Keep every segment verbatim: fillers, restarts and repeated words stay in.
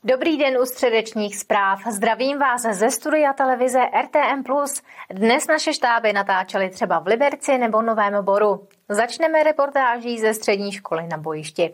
Dobrý den u středečních zpráv. Zdravím vás ze studia televize R T M plus. Dnes naše štáby natáčely třeba v Liberci nebo Novém Boru. Začneme reportáží ze střední školy Na Bojišti.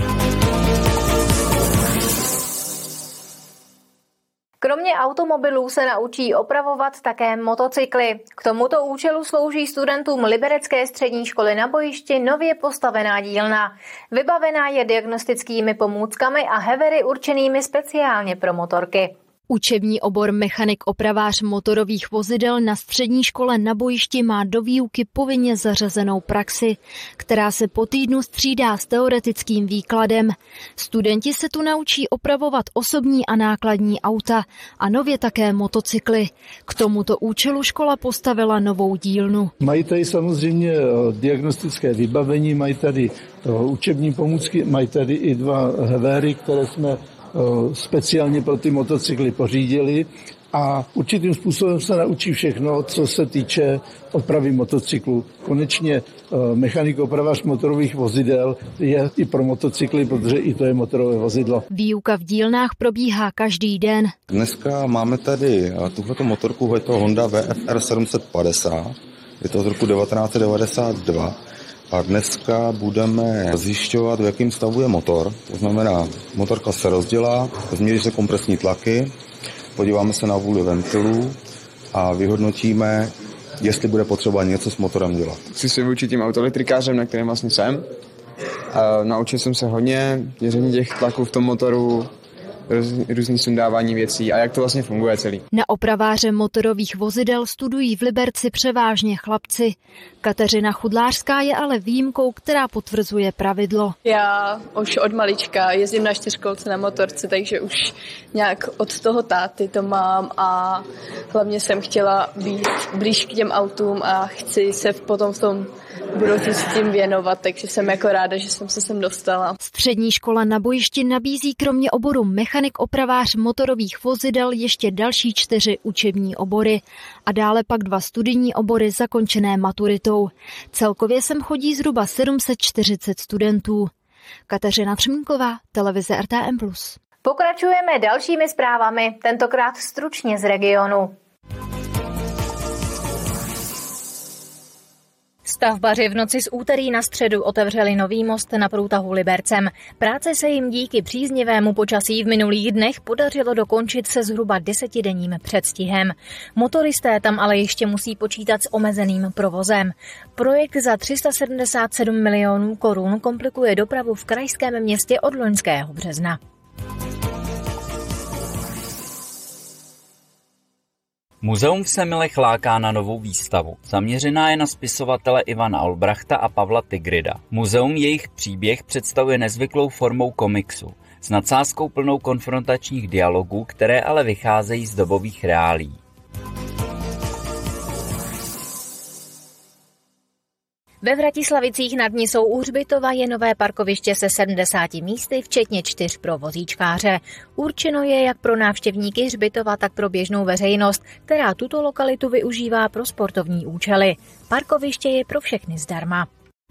Kromě automobilů se naučí opravovat také motocykly. K tomuto účelu slouží studentům Liberecké střední školy Na Bojišti nově postavená dílna. Vybavená je diagnostickými pomůckami a hevery určenými speciálně pro motorky. Učební obor mechanik opravář motorových vozidel na střední škole Na Bojišti má do výuky povinně zařazenou praxi, která se po týdnu střídá s teoretickým výkladem. Studenti se tu naučí opravovat osobní a nákladní auta a nově také motocykly. K tomuto účelu škola postavila novou dílnu. Mají tady samozřejmě diagnostické vybavení, mají tady učební pomůcky, mají tady i dva hevery, které jsme speciálně pro ty motocykly pořídili a určitým způsobem se naučí všechno, co se týče opravy motocyklu. Konečně mechanik opravář motorových vozidel je i pro motocykly, protože i to je motorové vozidlo. Výuka v dílnách probíhá každý den. Dneska máme tady tuhleto motorku, je to Honda V F R sedm set padesát, je to z roku devatenáct set devadesát dva. A dneska budeme zjišťovat, v jakém stavu je motor. To znamená, motorka se rozdělá, změří se kompresní tlaky, podíváme se na vůli ventilů a vyhodnotíme, jestli bude potřeba něco s motorem dělat. Chci se vyučit tím autoelektrikářem, na kterém vlastně jsem. A naučil jsem se hodně měření těch tlaků v tom motoru, různý sundávání věcí a jak to vlastně funguje celý. Na opraváře motorových vozidel studují v Liberci převážně chlapci. Kateřina Chudlářská je ale výjimkou, která potvrzuje pravidlo. Já už od malička jezdím na čtyřkolce na motorce, takže už nějak od toho táty to mám a hlavně jsem chtěla být blíž k těm autům a chci se potom v tom budoucí s tím věnovat, takže jsem jako ráda, že jsem se sem dostala. Střední škola Na Bojišti nabízí kromě oboru mechanik opravář motorových vozidel ještě další čtyři učební obory a dále pak dva studijní obory zakončené maturitou. Celkově sem chodí zhruba sedm set čtyřicet studentů. Kateřina Třmínková, televize R T M plus. Pokračujeme dalšími zprávami, tentokrát stručně z regionu. Stavbaři v noci z úterý na středu otevřeli nový most na průtahu Libercem. Práce se jim díky příznivému počasí v minulých dnech podařilo dokončit se zhruba desetidenním předstihem. Motoristé tam ale ještě musí počítat s omezeným provozem. Projekt za tři sta sedmdesát sedm milionů korun komplikuje dopravu v krajském městě od loňského března. Muzeum v Semilech láká na novou výstavu. Zaměřená je na spisovatele Ivana Olbrachta a Pavla Tigrida. Muzeum jejich příběh představuje nezvyklou formou komiksu, s nadsázkou plnou konfrontačních dialogů, které ale vycházejí z dobových reálií. Ve Vratislavicích nad Nisou u hřbitova je nové parkoviště se sedmdesáti místy, včetně čtyř pro vozíčkáře. Určeno je jak pro návštěvníky hřbitova, tak pro běžnou veřejnost, která tuto lokalitu využívá pro sportovní účely. Parkoviště je pro všechny zdarma.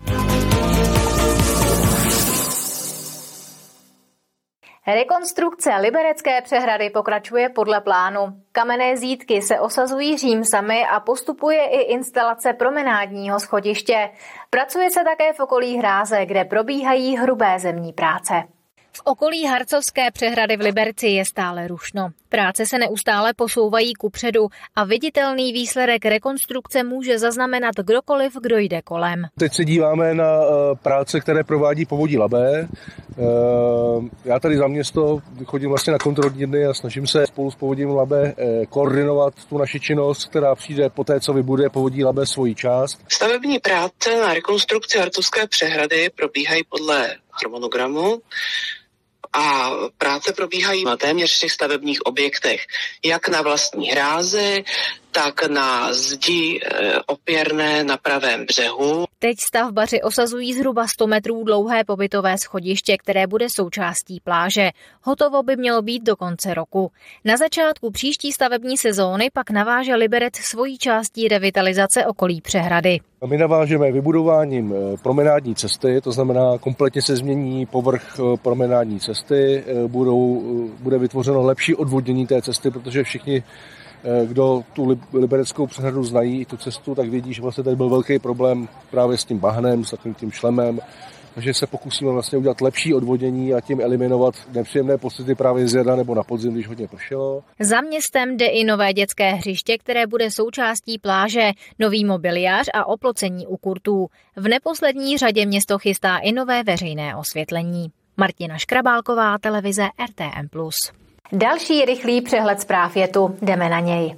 Rekonstrukce Liberecké přehrady pokračuje podle plánu. Kamenné zítky se osazují římsami a postupuje i instalace promenádního schodiště. Pracuje se také v okolí Hráze, kde probíhají hrubé zemní práce. V okolí Harcovské přehrady v Liberci je stále rušno. Práce se neustále posouvají kupředu a viditelný výsledek rekonstrukce může zaznamenat kdokoliv, kdo jde kolem. Teď se díváme na práce, které provádí Povodí Labé. Já tady za město chodím vlastně na kontrolní dny a snažím se spolu s Povodím Labé koordinovat tu naši činnost, která přijde po té, co vybude Povodí Labé svoji část. Stavební práce na rekonstrukci Harcovské přehrady probíhají podle harmonogramu. A práce probíhají na téměř všech stavebních objektech, jak na vlastní Hrázi, tak na zdi opěrné na pravém břehu. Teď stavbaři osazují zhruba sto metrů dlouhé pobytové schodiště, které bude součástí pláže. Hotovo by mělo být do konce roku. Na začátku příští stavební sezóny pak naváže Liberec svojí částí revitalizace okolí přehrady. My navážeme vybudováním promenádní cesty, to znamená kompletně se změní povrch promenádní cesty, budou, bude vytvořeno lepší odvodnění té cesty, protože všichni, kdo tu libereckou přehradu znají, tu cestu, tak vědí, že vlastně tady byl velký problém právě s tím bahnem, s takovým tím šlemem. Takže se pokusíme vlastně udělat lepší odvodění a tím eliminovat nepříjemné pocity právě z jara nebo na podzim, když hodně pršelo. Za městem jde i nové dětské hřiště, které bude součástí pláže, nový mobiliář a oplocení u kurtů. V neposlední řadě město chystá i nové veřejné osvětlení. Martina Škrabálková, televize R T M plus. Další rychlý přehled zpráv je tu. Jdeme na něj.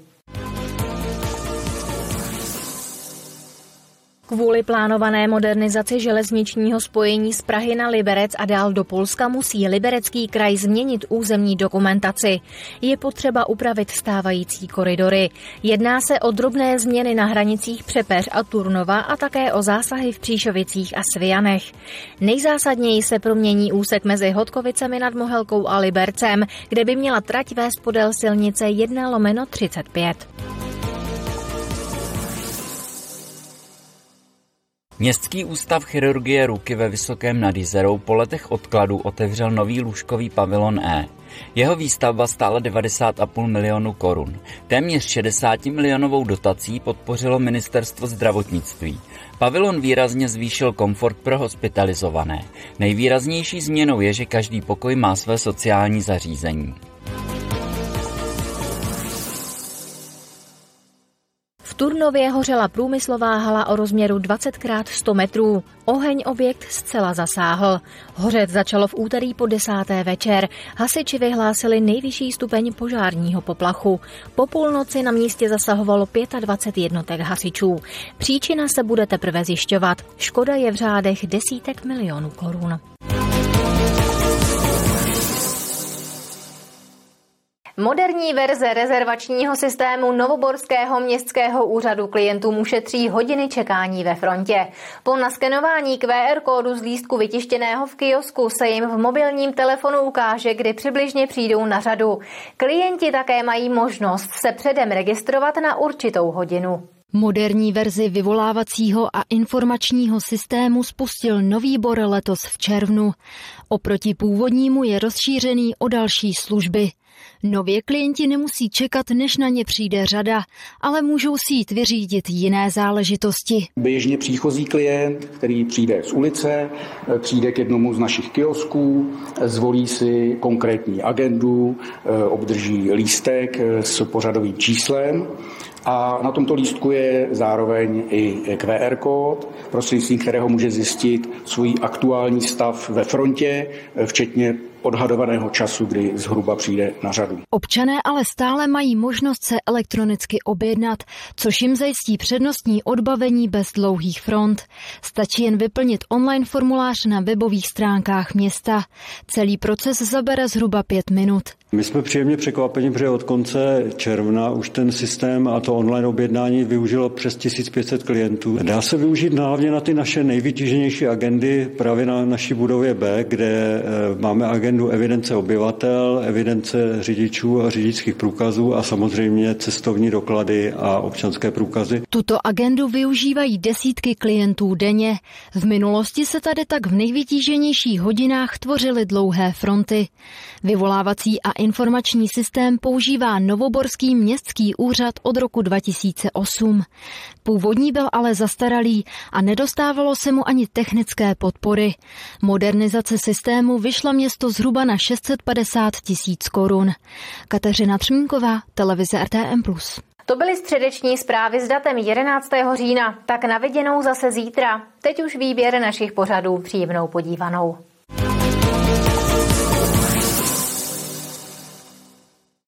Kvůli plánované modernizaci železničního spojení z Prahy na Liberec a dál do Polska musí Liberecký kraj změnit územní dokumentaci. Je potřeba upravit stávající koridory. Jedná se o drobné změny na hranicích Přepeř a Turnova a také o zásahy v Příšovicích a Svijanech. Nejzásadněji se promění úsek mezi Hodkovicemi nad Mohelkou a Libercem, kde by měla trať vést podél silnice jedna lomeno třicet pět. Městský ústav chirurgie ruky ve Vysokém nad Jizerou po letech odkladů otevřel nový lůžkový pavilon E. Jeho výstavba stála devadesát celá pět milionu korun. Téměř šedesát milionovou dotací podpořilo ministerstvo zdravotnictví. Pavilon výrazně zvýšil komfort pro hospitalizované. Nejvýraznější změnou je, že každý pokoj má své sociální zařízení. V Turnově hořela průmyslová hala o rozměru dvacet krát sto metrů. Oheň objekt zcela zasáhl. Hořet začalo v úterý po desáté večer. Hasiči vyhlásili nejvyšší stupeň požárního poplachu. Po půlnoci na místě zasahovalo dvacet pět jednotek hasičů. Příčina se bude teprve zjišťovat. Škoda je v řádech desítek milionů korun. Moderní verze rezervačního systému Novoborského městského úřadu klientům ušetří hodiny čekání ve frontě. Po naskenování Q R kódu z lístku vytištěného v kiosku se jim v mobilním telefonu ukáže, kdy přibližně přijdou na řadu. Klienti také mají možnost se předem registrovat na určitou hodinu. Moderní verzi vyvolávacího a informačního systému spustil nový bor letos v červnu. Oproti původnímu je rozšířený o další služby. Nově klienti nemusí čekat, než na ně přijde řada, ale můžou si jít vyřídit jiné záležitosti. Běžně příchozí klient, který přijde z ulice, přijde k jednomu z našich kiosků, zvolí si konkrétní agendu, obdrží lístek s pořadovým číslem a na tomto lístku je zároveň i Q R kód, prostřednictvím kterého může zjistit svůj aktuální stav ve frontě, včetně odhadovaného času, kdy zhruba přijde na řadu. Občané ale stále mají možnost se elektronicky objednat, což jim zajistí přednostní odbavení bez dlouhých front. Stačí jen vyplnit online formulář na webových stránkách města. Celý proces zabere zhruba pět minut. My jsme příjemně překvapeni, protože od konce června už ten systém a to online objednání využilo přes tisíc pět set klientů. Dá se využít hlavně na ty naše nejvytíženější agendy právě na naší budově B, kde máme agendu evidence obyvatel, evidence řidičů a řidičských průkazů a samozřejmě cestovní doklady a občanské průkazy. Tuto agendu využívají desítky klientů denně. V minulosti se tady tak v nejvytíženějších hodinách tvořily dlouhé fronty. Vyvolávací a informační systém používá Novoborský městský úřad od roku dva tisíce osm. Původní byl ale zastaralý a nedostávalo se mu ani technické podpory. Modernizace systému vyšla město zhruba na šest set padesát tisíc korun. Kateřina Třmínková, televize R T M plus. To byly středeční zprávy s datem jedenáctého října. Tak na viděnou zase zítra. Teď už výběr našich pořadů. Příjemnou podívanou.